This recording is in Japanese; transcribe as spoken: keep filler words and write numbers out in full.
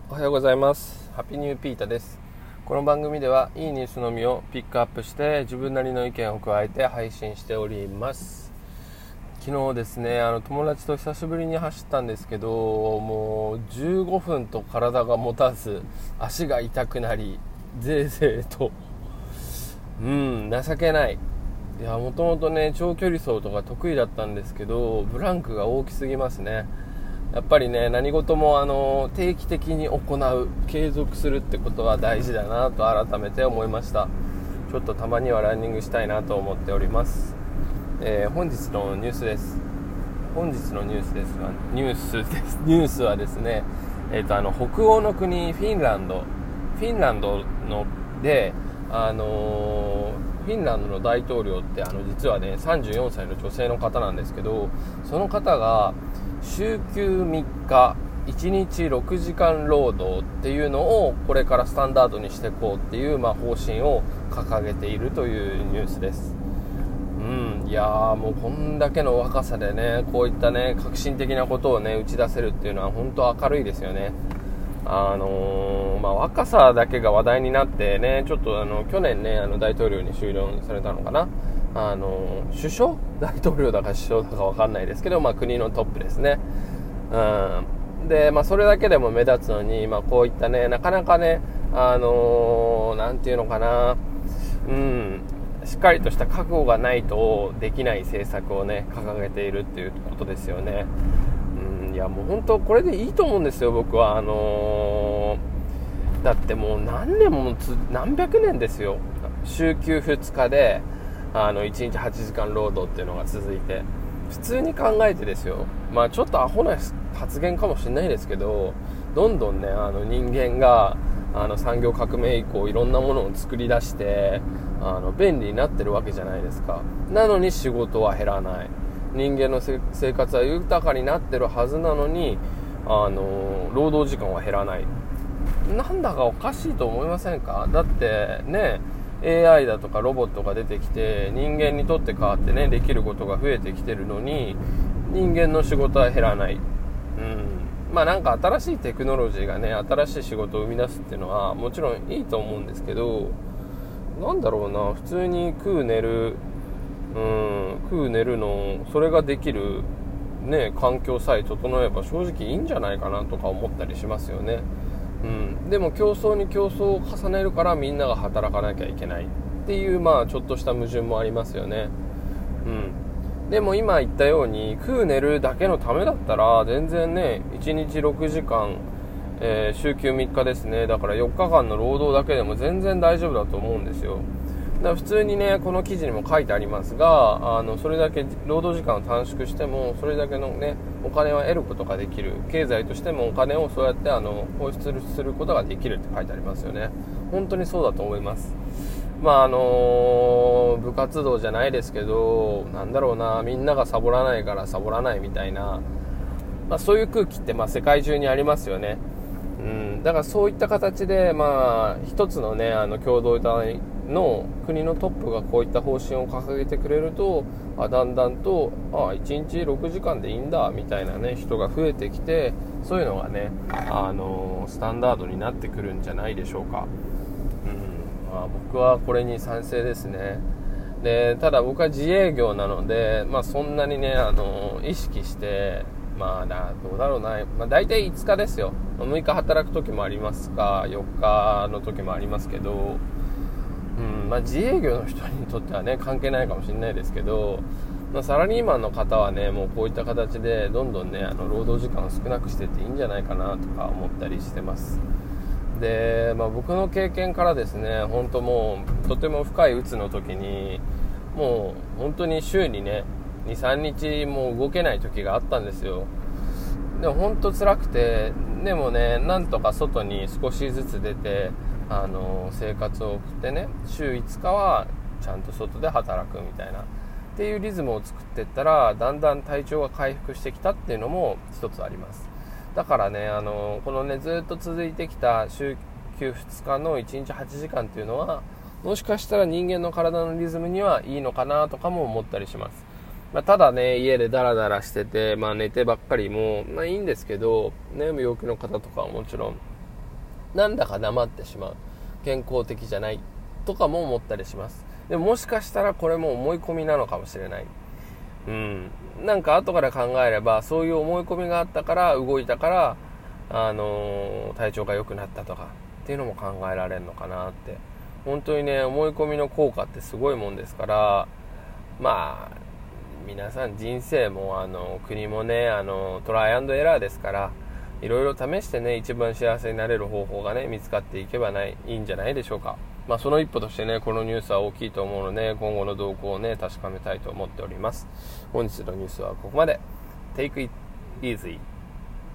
おはようございます。ハッピーニューピータです。この番組ではいいニュースのみをピックアップして自分なりの意見を加えて配信しております。昨日ですね、あの友達と久しぶりに走ったんですけど、もうじゅうごふんと体が持たず、足が痛くなり、ぜいぜいと、うん、情けない。いや、もともとね、長距離走とか得意だったんですけど、ブランクが大きすぎますね。やっぱりね、何事もあの定期的に行う、継続するってことは大事だなと改めて思いました。ちょっとたまにはランニングしたいなと思っております。えー、本日のニュースです。本日のニュースですが、ニュースですニュースはですね、えーと、あの北欧の国フィンランドフィンランドので、あのー、フィンランドの大統領ってあの実はねさんじゅうよんさいの女性の方なんですけど、その方が週休みっかいちにちろくじかん労働っていうのをこれからスタンダードにしていこうっていう、まあ、方針を掲げているというニュースです。うん、いやーもうこんだけの若さでね、こういったね革新的なことをね打ち出せるっていうのは本当明るいですよね。あのーまあ、若さだけが話題になってね、ちょっとあの去年ねあの大統領に就任されたのかな、あのー、首相大統領だか首相だか分かんないですけど、まあ、国のトップですね。うんで、まあ、それだけでも目立つのに、まあ、こういったねなかなかね、あのー、なんていうのかな、うんしっかりとした覚悟がないとできない政策をね掲げているっていうことですよね。うん、いやもう本当これでいいと思うんですよ、僕は。あのー、だってもう何年もつ何百年ですよ、週休ふつかであのいちにちはちじかん労働っていうのが続いて。普通に考えてですよ、まあちょっとアホな発言かもしれないですけど、どんどんねあの人間があの産業革命以降いろんなものを作り出してあの便利になってるわけじゃないですか。なのに仕事は減らない、人間の生活は豊かになってるはずなのに、あの労働時間は減らない。なんだかおかしいと思いませんか？だってね エーアイ だとかロボットが出てきて人間にとって変わってねできることが増えてきてるのに人間の仕事は減らない。うんまあなんか新しいテクノロジーがね新しい仕事を生み出すっていうのはもちろんいいと思うんですけど、なんだろうな、普通に食う寝るうん食う寝るのそれができるね環境さえ整えば正直いいんじゃないかなとか思ったりしますよね。うん、でも競争に競争を重ねるからみんなが働かなきゃいけないっていう、まあちょっとした矛盾もありますよね。うん、でも今言ったように食う寝るだけのためだったら全然ねいちにちろくじかん、えー、週休みっかですね。だからよっかかんの労働だけでも全然大丈夫だと思うんですよ。だから普通にねこの記事にも書いてありますが、あのそれだけ労働時間を短縮してもそれだけのねお金は得ることができる、経済としてもお金をそうやってあの放出することができるって書いてありますよね。本当にそうだと思います。まああの部活動じゃないですけど、なんだろうな、みんながサボらないからサボらないみたいな、まあ、そういう空気ってまあ世界中にありますよね。うん、だからそういった形で、まあ、一つのねあの共同体の国のトップがこういった方針を掲げてくれると、あだんだんとあいちにちろくじかんでいいんだみたいなね人が増えてきて、そういうのがねあのスタンダードになってくるんじゃないでしょうか。うんまあ、僕はこれに賛成ですね。でただ僕は自営業なので、まあ、そんなにねあの意識してまあだどうだろうな、まあ、大体いつかですよ。むいか働く時もありますがよっかの時もありますけど、うんまあ、自営業の人にとってはね関係ないかもしれないですけど、まあ、サラリーマンの方はねもうこういった形でどんどんねあの労働時間を少なくしていっていいんじゃないかなとか思ったりしてます。で、まあ、僕の経験からですね、本当もうとても深い鬱の時にもう本当に週にねにさんにちもう動けない時があったんですよ。でも本当辛くて、でもねなんとか外に少しずつ出てあの生活を送ってね、週いつかはちゃんと外で働くみたいなっていうリズムを作っていったらだんだん体調が回復してきたっていうのも一つあります。だからねあのこのねずっと続いてきた週休ふつかのいちにちはちじかんっていうのはもしかしたら人間の体のリズムにはいいのかなとかも思ったりします。まあ、ただね家でダラダラしてて、まあ、寝てばっかりも、まあ、いいんですけどね、病気の方とかはもちろんなんだか黙ってしまう、健康的じゃないとかも思ったりします。でももしかしたらこれも思い込みなのかもしれない。うん、なんか後から考えればそういう思い込みがあったから動いたから、あのー、体調が良くなったとかっていうのも考えられるのかなって。本当にね、思い込みの効果ってすごいもんですから、まあ皆さん人生もあの国もね、あのトライアンドエラーですから、いろいろ試してね、一番幸せになれる方法がね見つかっていけばないいいんじゃないでしょうか。まあその一歩としてね、このニュースは大きいと思うので、今後の動向をね確かめたいと思っております。本日のニュースはここまで。 Take it easy.